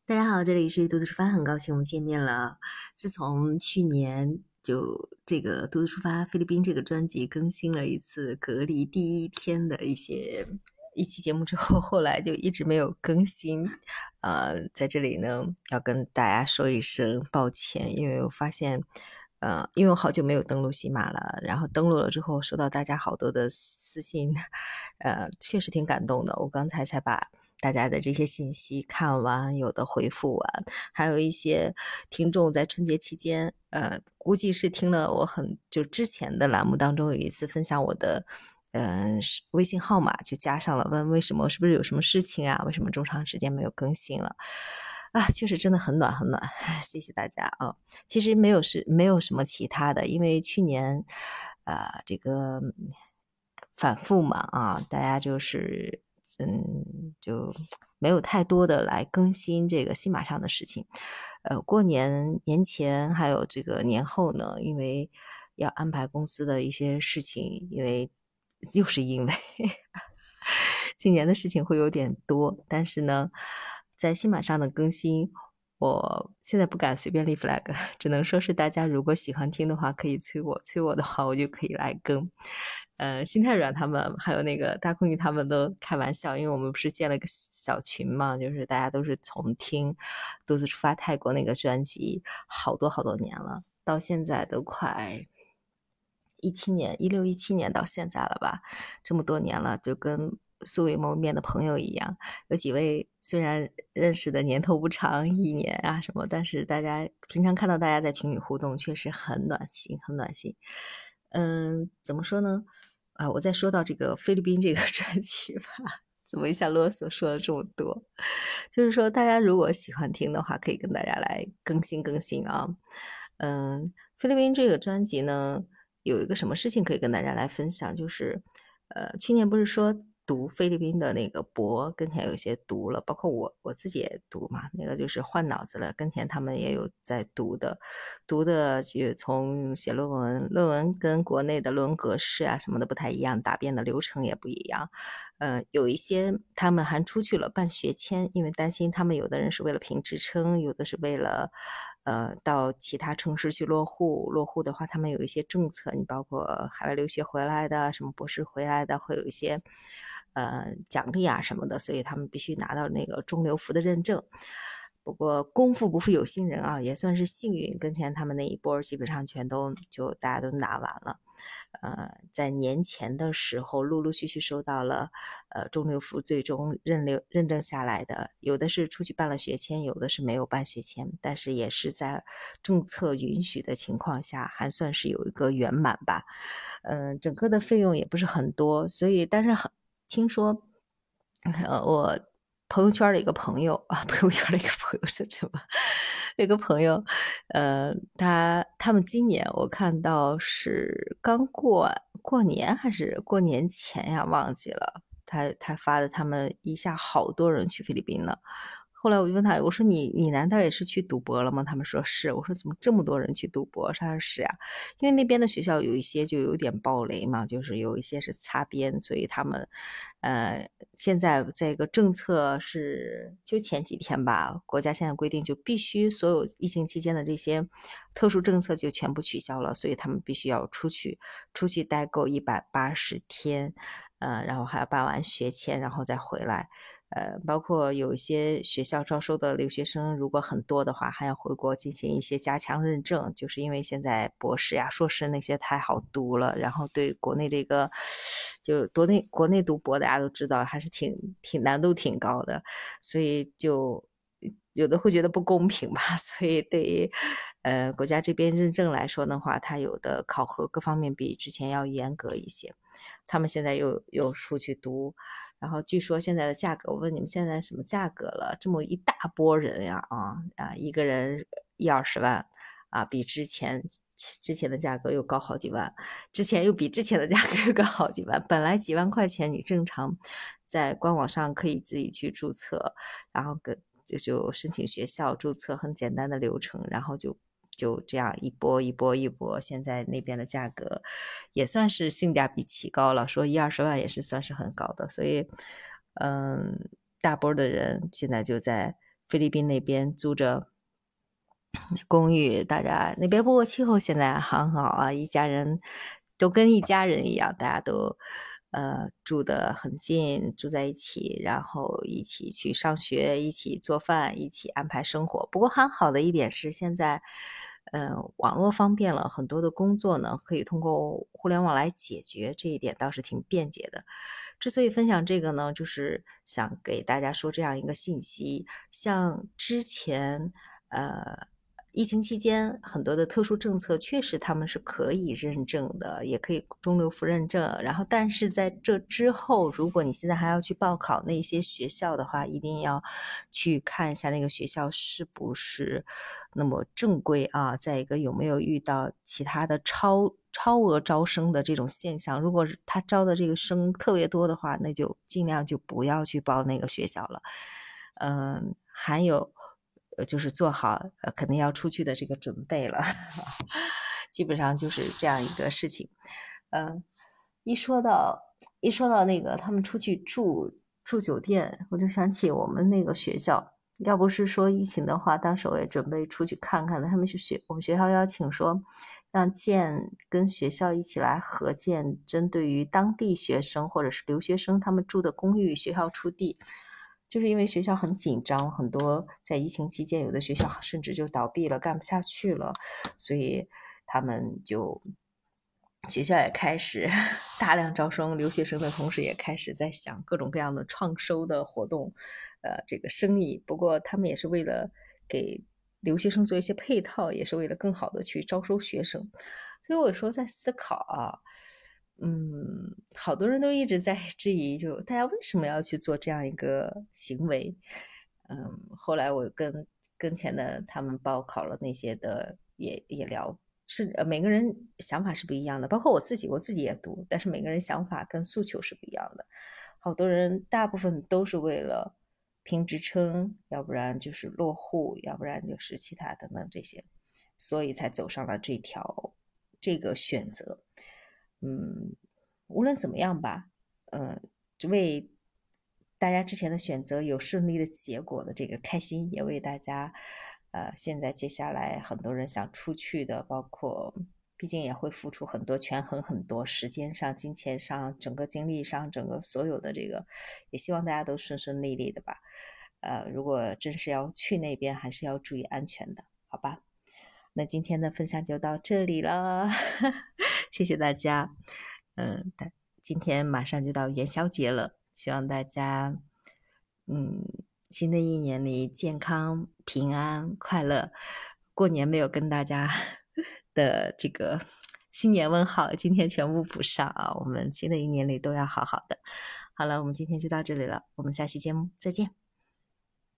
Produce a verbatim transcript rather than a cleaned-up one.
大家好，这里是嘟嘟出发，很高兴我们见面了。自从去年就这个嘟嘟出发菲律宾这个专辑更新了一次隔离第一天的一些一期节目之后，后来就一直没有更新。呃，在这里呢，要跟大家说一声抱歉，因为我发现。呃，因为我好久没有登录喜马了，然后登录了之后，收到大家好多的私信，呃，确实挺感动的。我刚才才把大家的这些信息看完，有的回复完，还有一些听众在春节期间，呃，估计是听了我很就之前的栏目当中有一次分享我的。嗯，微信号码就加上了，问为什么是不是有什么事情啊？为什么这么长时间没有更新了？啊，确实真的很暖很暖，谢谢大家啊！其实没有是没有什么其他的，因为去年，呃，这个反复嘛啊，大家就是嗯，就没有太多的来更新这个新马上的事情。呃，过年年前还有这个年后呢，因为要安排公司的一些事情，因为又是因为今年的事情会有点多，但是呢，在新马上的更新。我现在不敢随便立 flag，只能说是大家如果喜欢听的话，可以催我，催我的话，我就可以来更。呃，心太软他们还有那个大空鱼他们都开玩笑，因为我们不是建了个小群嘛，就是大家都是从听独自出发泰国那个专辑好多好多年了，到现在都快一七年一六一七年到现在了吧，这么多年了，就跟素未谋面的朋友一样。有几位虽然认识的年头不长，一年啊什么，但是大家平常看到大家在群里互动，确实很暖心，很暖心。嗯，怎么说呢？啊，我再说到这个菲律宾这个专辑吧，怎么一下啰嗦说了这么多？就是说，大家如果喜欢听的话，可以跟大家来更新更新啊。嗯，菲律宾这个专辑呢，有一个什么事情可以跟大家来分享，就是呃，去年不是说读菲律宾的那个博跟前有一些读了，包括我我自己也读嘛，那个就是换脑子了，跟前他们也有在读的，读的就从写论文，论文跟国内的论文格式啊什么的不太一样，答辩的流程也不一样。呃，有一些他们还出去了办学签，因为担心他们有的人是为了评职称，有的是为了呃到其他城市去落户。落户的话，他们有一些政策，你包括海外留学回来的，什么博士回来的，会有一些呃奖励啊什么的，所以他们必须拿到那个中留服的认证。不过功夫不负有心人啊，也算是幸运，跟前他们那一波基本上全都就大家都拿完了。呃，在年前的时候，陆陆续续收到了，呃，中留服最终认留认证下来的，有的是出去办了学签，有的是没有办学签，但是也是在政策允许的情况下，还算是有一个圆满吧。嗯、呃，整个的费用也不是很多，所以但是很听说，呃，我朋友圈的一个朋友啊，朋友圈的一个朋友是什么？一个朋友，呃，他他们今年我看到是刚过过年还是过年前呀，忘记了。他他发的，他们一下好多人去菲律宾了。后来我就问他，我说你你难道也是去读博了吗？他们说是。我说怎么这么多人去读博？他说是呀，因为那边的学校有一些就有点暴雷嘛，就是有一些是擦边，所以他们，呃，现在这个政策是就前几天吧，国家现在规定就必须所有疫情期间的这些特殊政策就全部取消了，所以他们必须要出去出去待够一百八十天，呃，然后还要办完学签，然后再回来。呃，包括有一些学校招收的留学生，如果很多的话，还要回国进行一些加强认证，就是因为现在博士呀、硕士那些太好读了，然后对国内这个，就是国内国内读博大家都知道，还是挺挺难度挺高的，所以就有的会觉得不公平吧。所以对于呃国家这边认证来说的话，它有的考核各方面比之前要严格一些。他们现在又又出去读。然后据说现在的价格，我问你们现在什么价格了？这么一大波人呀，啊啊，一个人一二十万啊，比之前之前的价格又高好几万，之前又比之前的价格又高好几万。本来几万块钱你正常在官网上可以自己去注册，然后跟就就申请学校注册，很简单的流程，然后就就这样一波一波一波，现在那边的价格也算是性价比奇高了，说一二十万也是算是很高的，所以，嗯，大波的人现在就在菲律宾那边租着公寓，大家那边不过气候现在很好啊，一家人都跟一家人一样，大家都呃住得很近，住在一起，然后一起去上学，一起做饭，一起安排生活。不过很好的一点是现在呃网络方便了，很多的工作呢可以通过互联网来解决，这一点倒是挺便捷的。之所以分享这个呢，就是想给大家说这样一个信息，像之前呃疫情期间很多的特殊政策确实他们是可以认证的，也可以中留服认证，然后但是在这之后，如果你现在还要去报考那些学校的话，一定要去看一下那个学校是不是那么正规啊，再一个有没有遇到其他的超超额招生的这种现象，如果他招的这个生特别多的话，那就尽量就不要去报那个学校了。嗯，还有呃，就是做好呃可能要出去的这个准备了，基本上就是这样一个事情。嗯，一说到一说到那个他们出去住住酒店，我就想起我们那个学校，要不是说疫情的话，当时我也准备出去看看的。他们是学我们学校邀请说，让建跟学校一起来合建，针对于当地学生或者是留学生他们住的公寓，学校出地。就是因为学校很紧张，很多在疫情期间，有的学校甚至就倒闭了，干不下去了，所以他们就学校也开始大量招生留学生的同时，也开始在想各种各样的创收的活动，呃，这个生意。不过他们也是为了给留学生做一些配套，也是为了更好的去招收学生。所以我说在思考啊。嗯，好多人都一直在质疑，就大家为什么要去做这样一个行为？嗯，后来我跟跟前的他们报考了那些的也也聊，是呃每个人想法是不一样的，包括我自己，我自己也读，但是每个人想法跟诉求是不一样的。好多人大部分都是为了拼职称，要不然就是落户，要不然就是其他等等这些，所以才走上了这条这个选择。嗯，无论怎么样吧，嗯，就为大家之前的选择有顺利的结果的这个开心，也为大家，呃，现在接下来很多人想出去的，包括毕竟也会付出很多，权衡很多，时间上、金钱上、整个精力上、整个所有的这个，也希望大家都顺顺利利的吧。呃，如果真是要去那边，还是要注意安全的，好吧？那今天的分享就到这里了，谢谢大家。嗯，今天马上就到元宵节了，希望大家，嗯，新的一年里健康、平安、快乐。过年没有跟大家的这个新年问好，今天全部补上啊！我们新的一年里都要好好的。好了，我们今天就到这里了，我们下期节目再见。